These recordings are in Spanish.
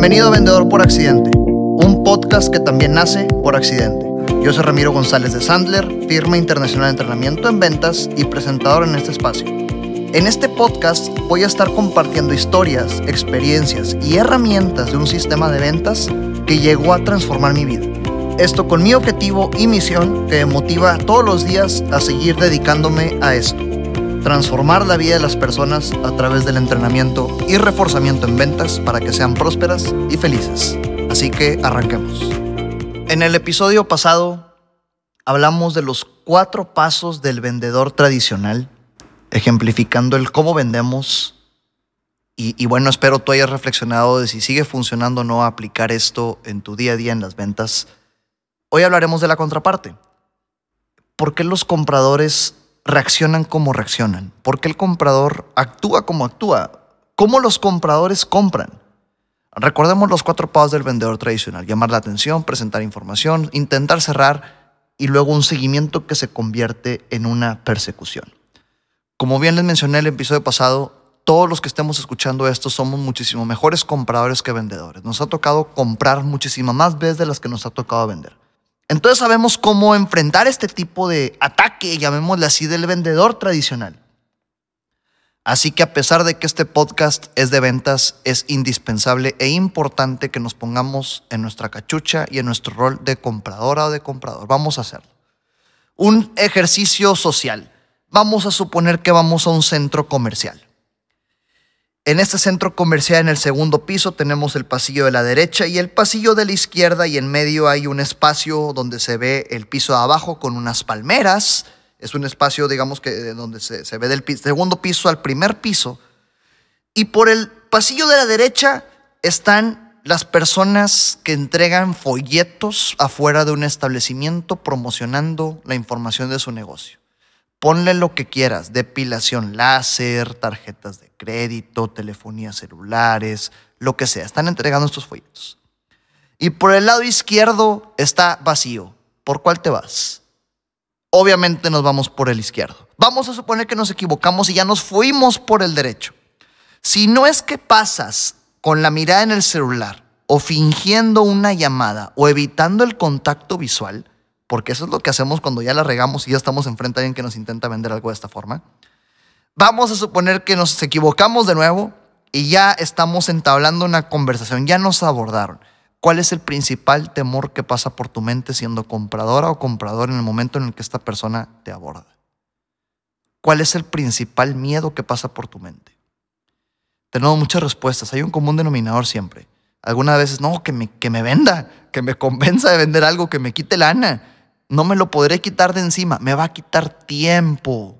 Bienvenido a Vendedor por Accidente, un podcast que también nace por accidente. Yo soy Ramiro González de Sandler, firma internacional de entrenamiento en ventas y presentador en este espacio. En este podcast voy a estar compartiendo historias, experiencias y herramientas de un sistema de ventas que llegó a transformar mi vida. Esto con mi objetivo y misión que me motiva todos los días a seguir dedicándome a esto. Transformar la vida de las personas a través del entrenamiento y reforzamiento en ventas para que sean prósperas y felices. Así que arranquemos. En el episodio pasado hablamos de los 4 pasos del vendedor tradicional, ejemplificando el cómo vendemos. Y bueno, espero tú hayas reflexionado de si sigue funcionando o no aplicar esto en tu día a día en las ventas. Hoy hablaremos de la contraparte. ¿Por qué los compradores reaccionan como reaccionan? ¿Por qué el comprador actúa como actúa? ¿Cómo los compradores compran? Recordemos los 4 pasos del vendedor tradicional: llamar la atención, presentar información, intentar cerrar y luego un seguimiento que se convierte en una persecución. Como bien les mencioné en el episodio pasado, todos los que estemos escuchando esto somos muchísimo mejores compradores que vendedores. Nos ha tocado comprar muchísimas más veces de las que nos ha tocado vender. Entonces sabemos cómo enfrentar este tipo de ataque, llamémosle así, del vendedor tradicional. Así que a pesar de que este podcast es de ventas, es indispensable e importante que nos pongamos en nuestra cachucha y en nuestro rol de compradora o de comprador. Vamos a hacerlo. Un ejercicio social. Vamos a suponer que vamos a un centro comercial. En este centro comercial, en el segundo piso, tenemos el pasillo de la derecha y el pasillo de la izquierda, y en medio hay un espacio donde se ve el piso de abajo con unas palmeras. Es un espacio, digamos, que donde se ve del segundo piso al primer piso. Y por el pasillo de la derecha están las personas que entregan folletos afuera de un establecimiento promocionando la información de su negocio. Ponle lo que quieras: depilación láser, tarjetas de crédito, telefonía celulares, lo que sea. Están entregando estos folletos. Y por el lado izquierdo está vacío. ¿Por cuál te vas? Obviamente nos vamos por el izquierdo. Vamos a suponer que nos equivocamos y ya nos fuimos por el derecho. Si no es que pasas con la mirada en el celular o fingiendo una llamada o evitando el contacto visual, porque eso es lo que hacemos cuando ya la regamos y ya estamos enfrente a alguien que nos intenta vender algo de esta forma. Vamos a suponer que nos equivocamos de nuevo y ya estamos entablando una conversación, ya nos abordaron. ¿Cuál es el principal temor que pasa por tu mente siendo compradora o comprador en el momento en el que esta persona te aborda? ¿Cuál es el principal miedo que pasa por tu mente? Tenemos muchas respuestas, hay un común denominador siempre. Algunas veces, no, que me venda, que me convenza de vender algo, que me quite lana. No me lo podré quitar de encima, me va a quitar tiempo.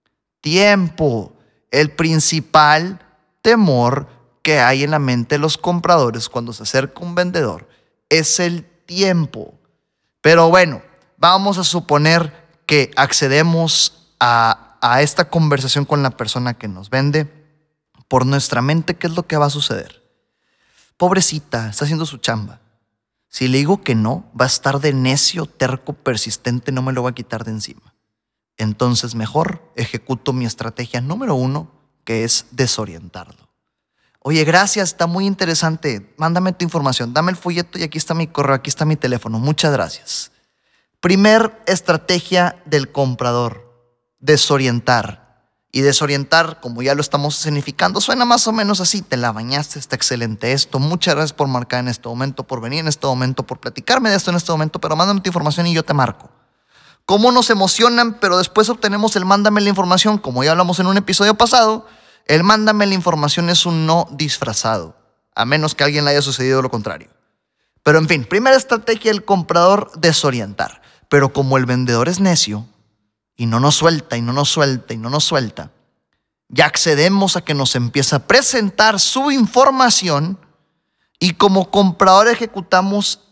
Tiempo. El principal temor que hay en la mente de los compradores cuando se acerca un vendedor es el tiempo. Pero bueno, vamos a suponer que accedemos a esta conversación con la persona que nos vende. Por nuestra mente, ¿qué es lo que va a suceder? Pobrecita, está haciendo su chamba. Si le digo que no, va a estar de necio, terco, persistente, no me lo va a quitar de encima. Entonces mejor ejecuto mi estrategia número 1, que es desorientarlo. Oye, gracias, está muy interesante. Mándame tu información, dame el folleto y aquí está mi correo, aquí está mi teléfono. Muchas gracias. Primer estrategia del comprador: desorientar. Y desorientar, como ya lo estamos escenificando, suena más o menos así: te la bañaste, está excelente esto, muchas gracias por marcar en este momento, por venir en este momento, por platicarme de esto en este momento, pero mándame tu información y yo te marco. ¿Cómo nos emocionan? Pero después obtenemos el mándame la información. Como ya hablamos en un episodio pasado, el mándame la información es un no disfrazado, a menos que a alguien le haya sucedido lo contrario. Pero en fin, primera estrategia del comprador: desorientar. Pero como el vendedor es necio y no nos suelta, y no nos suelta, y no nos suelta, ya accedemos a que nos empiece a presentar su información y como comprador ejecutamos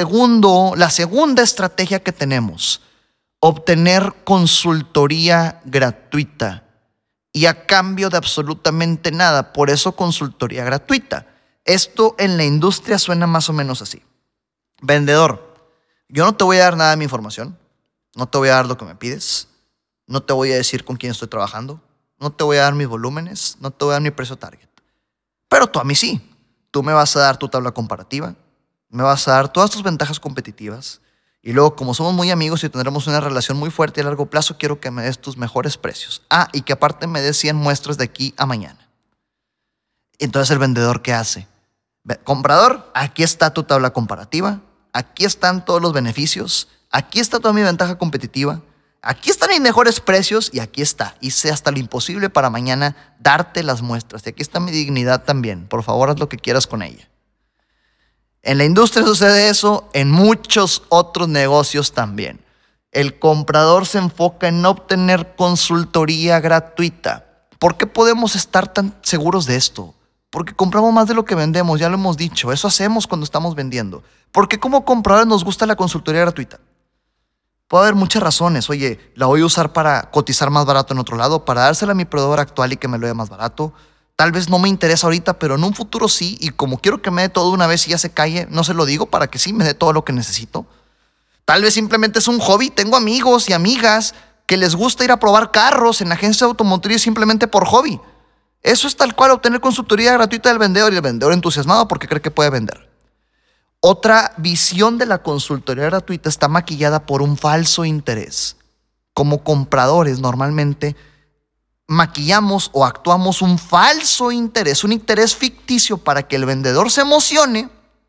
la segunda estrategia que tenemos: obtener consultoría gratuita y a cambio de absolutamente nada. Por eso consultoría gratuita. Esto en la industria suena más o menos así: vendedor, yo no te voy a dar nada de mi información, no te voy a dar lo que me pides, no te voy a decir con quién estoy trabajando, no te voy a dar mis volúmenes, no te voy a dar mi precio target. Pero tú a mí sí. tú me vas a dar tu tabla comparativa, me vas a dar todas tus ventajas competitivas y luego, como somos muy amigos y tendremos una relación muy fuerte a largo plazo, quiero que me des tus mejores precios. Y que aparte me des 100 muestras de aquí a mañana. Entonces el vendedor, ¿qué hace? Comprador, aquí está tu tabla comparativa, aquí están todos los beneficios, aquí está toda mi ventaja competitiva, aquí están mis mejores precios y aquí está. Hice hasta lo imposible para mañana darte las muestras. Y aquí está mi dignidad también. Por favor, haz lo que quieras con ella. En la industria sucede eso, en muchos otros negocios también. El comprador se enfoca en obtener consultoría gratuita. ¿Por qué podemos estar tan seguros de esto? Porque compramos más de lo que vendemos, ya lo hemos dicho. Eso hacemos cuando estamos vendiendo. Porque como compradores nos gusta la consultoría gratuita. Puede haber muchas razones. Oye, la voy a usar para cotizar más barato en otro lado, para dársela a mi proveedor actual y que me lo dé más barato. Tal vez no me interesa ahorita, pero en un futuro sí. Y como quiero que me dé todo de una vez y ya se calle, no se lo digo para que sí me dé todo lo que necesito. Tal vez simplemente es un hobby. Tengo amigos y amigas que les gusta ir a probar carros en agencias automotriz simplemente por hobby. Eso es tal cual obtener consultoría gratuita del vendedor y el vendedor entusiasmado porque cree que puede vender. Otra visión de la consultoría gratuita está maquillada por un falso interés. Como compradores normalmente maquillamos o actuamos un falso interés, un interés ficticio para que el vendedor se emocione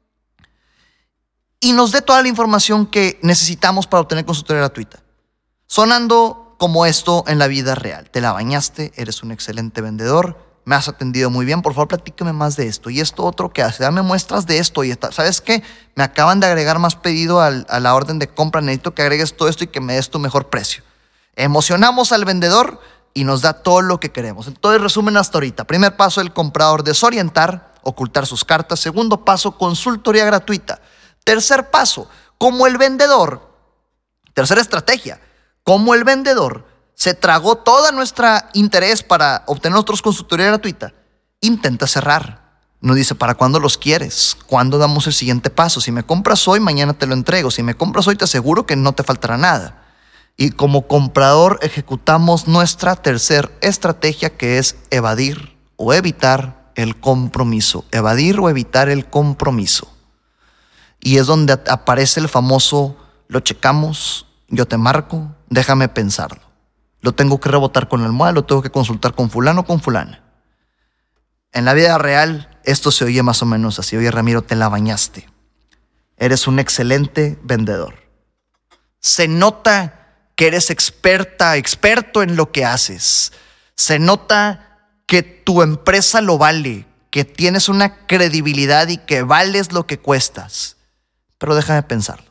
y nos dé toda la información que necesitamos para obtener consultoría gratuita. Sonando como esto en la vida real. Te la bañaste, eres un excelente vendedor, me has atendido muy bien, por favor platícame más de esto. Y esto otro que hace, dame muestras de esto. Y ¿sabes qué? Me acaban de agregar más pedido a la orden de compra, necesito que agregues todo esto y que me des tu mejor precio. Emocionamos al vendedor y nos da todo lo que queremos. Entonces, resumen hasta ahorita. Primer paso, el comprador: desorientar, ocultar sus cartas. Segundo paso, consultoría gratuita. Tercer paso, como el vendedor. Tercera estrategia, como el vendedor se tragó todo nuestro interés para obtener nosotros consultoría gratuita, intenta cerrar. Nos dice, ¿para cuándo los quieres? ¿Cuándo damos el siguiente paso? Si me compras hoy, mañana te lo entrego. Si me compras hoy, te aseguro que no te faltará nada. Y como comprador ejecutamos nuestra tercera estrategia, que es evadir o evitar el compromiso. Evadir o evitar el compromiso. Y es donde aparece el famoso, lo checamos, yo te marco, déjame pensarlo. Lo tengo que rebotar con la almohada, lo tengo que consultar con fulano o con fulana. En la vida real, esto se oye más o menos así. Oye, Ramiro, te la bañaste. Eres un excelente vendedor. Se nota que eres experto en lo que haces. Se nota que tu empresa lo vale, que tienes una credibilidad y que vales lo que cuestas. Pero déjame pensarlo.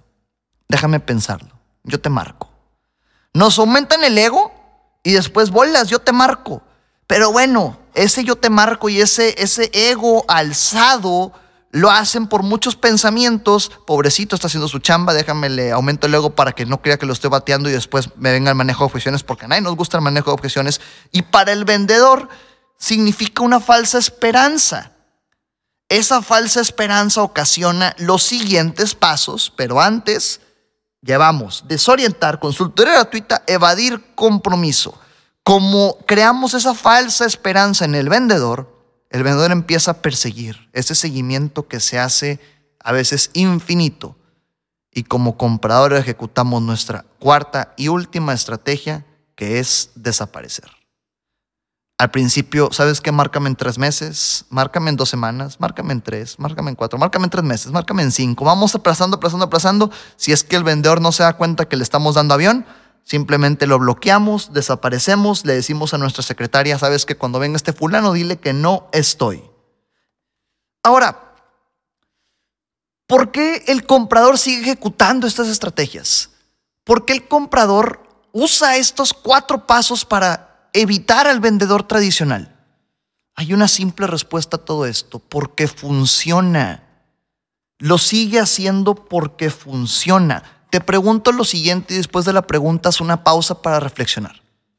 Yo te marco. Nos aumentan el ego y después bolas, yo te marco. Pero bueno, ese yo te marco y ese ego alzado lo hacen por muchos pensamientos. Pobrecito, está haciendo su chamba, déjame le aumento el ego para que no crea que lo estoy bateando y después me venga el manejo de objeciones, porque a nadie nos gusta el manejo de objeciones. Y para el vendedor significa una falsa esperanza. Esa falsa esperanza ocasiona los siguientes pasos, pero antes llevamos desorientar, consultoría gratuita, evadir compromiso. Como creamos esa falsa esperanza en el vendedor empieza a perseguir ese seguimiento que se hace a veces infinito. Y como compradores ejecutamos nuestra cuarta y última estrategia, que es desaparecer. Al principio, ¿sabes qué? Márcame en 3 meses, márcame en 2 semanas, márcame en 3, márcame en 4, márcame en 3 meses, márcame en 5. Vamos aplazando. Si es que el vendedor no se da cuenta que le estamos dando avión, simplemente lo bloqueamos, desaparecemos, le decimos a nuestra secretaria, ¿sabes qué? Cuando venga este fulano, dile que no estoy. Ahora, ¿por qué el comprador sigue ejecutando estas estrategias? ¿Por qué el comprador usa estos 4 pasos para evitar al vendedor tradicional? Hay una simple respuesta a todo esto: porque funciona. Lo sigue haciendo porque funciona. Te pregunto lo siguiente y después de la pregunta haz una pausa para reflexionar.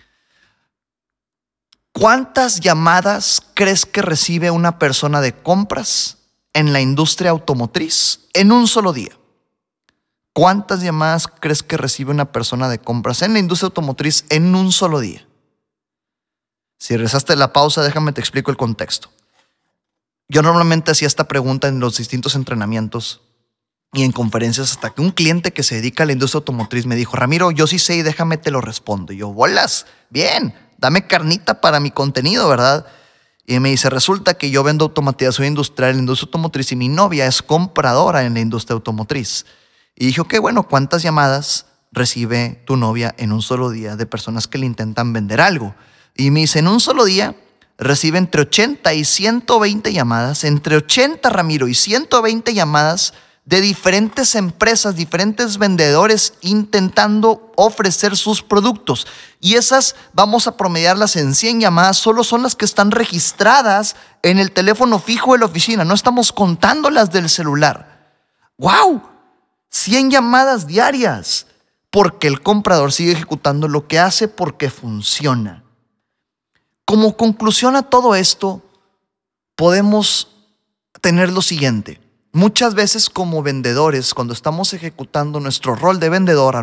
¿Cuántas llamadas crees que recibe una persona de compras en la industria automotriz en un solo día? ¿Cuántas llamadas crees que recibe una persona de compras en la industria automotriz en un solo día? Si regresaste la pausa, déjame te explico el contexto. Yo normalmente hacía esta pregunta en los distintos entrenamientos y en conferencias, hasta que un cliente que se dedica a la industria automotriz me dijo: Ramiro, yo sí sé y déjame te lo respondo. Y yo, bolas, bien, dame carnita para mi contenido, ¿verdad? Y me dice: resulta que yo vendo automatización industrial en la industria automotriz y mi novia es compradora en la industria automotriz. Y dije: ok, bueno, ¿cuántas llamadas recibe tu novia en un solo día de personas que le intentan vender algo? Y me dice: en un solo día recibe entre 80 y 120 llamadas, entre 80, Ramiro, y 120 llamadas de diferentes empresas, diferentes vendedores intentando ofrecer sus productos. Y esas vamos a promediarlas en 100 llamadas, solo son las que están registradas en el teléfono fijo de la oficina, no estamos contando las del celular. ¡Wow! 100 llamadas diarias, porque el comprador sigue ejecutando lo que hace porque funciona. Como conclusión a todo esto, podemos tener lo siguiente. Muchas veces como vendedores, cuando estamos ejecutando nuestro rol de vendedor,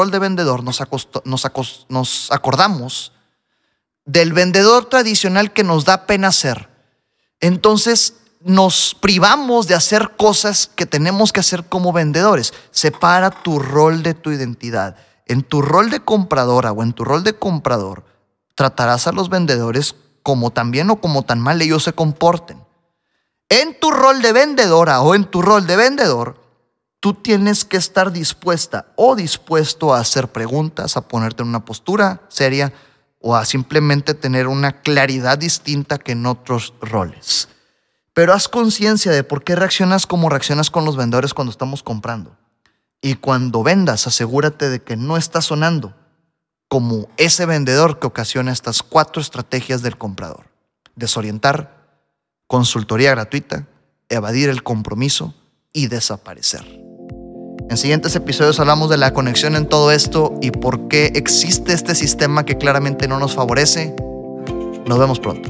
nos acordamos del vendedor tradicional que nos da pena hacer. Entonces nos privamos de hacer cosas que tenemos que hacer como vendedores. Separa tu rol de tu identidad. En tu rol de compradora o en tu rol de comprador, tratarás a los vendedores como tan bien o como tan mal ellos se comporten. En tu rol de vendedora o en tu rol de vendedor, tú tienes que estar dispuesta o dispuesto a hacer preguntas, a ponerte en una postura seria o a simplemente tener una claridad distinta que en otros roles. Pero haz conciencia de por qué reaccionas como reaccionas con los vendedores cuando estamos comprando. Y cuando vendas, asegúrate de que no estás sonando como ese vendedor que ocasiona estas 4 estrategias del comprador: desorientar, consultoría gratuita, evadir el compromiso y desaparecer. En siguientes episodios hablamos de la conexión en todo esto y por qué existe este sistema que claramente no nos favorece. Nos vemos pronto.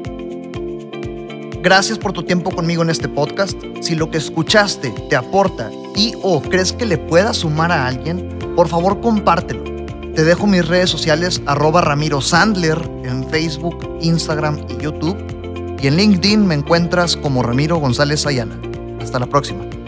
Gracias por tu tiempo conmigo en este podcast. Si lo que escuchaste te aporta y o crees que le pueda sumar a alguien, por favor compártelo. Te dejo mis redes sociales @Ramiro Sandler en Facebook, Instagram y YouTube. Y en LinkedIn me encuentras como Ramiro González Ayala. Hasta la próxima.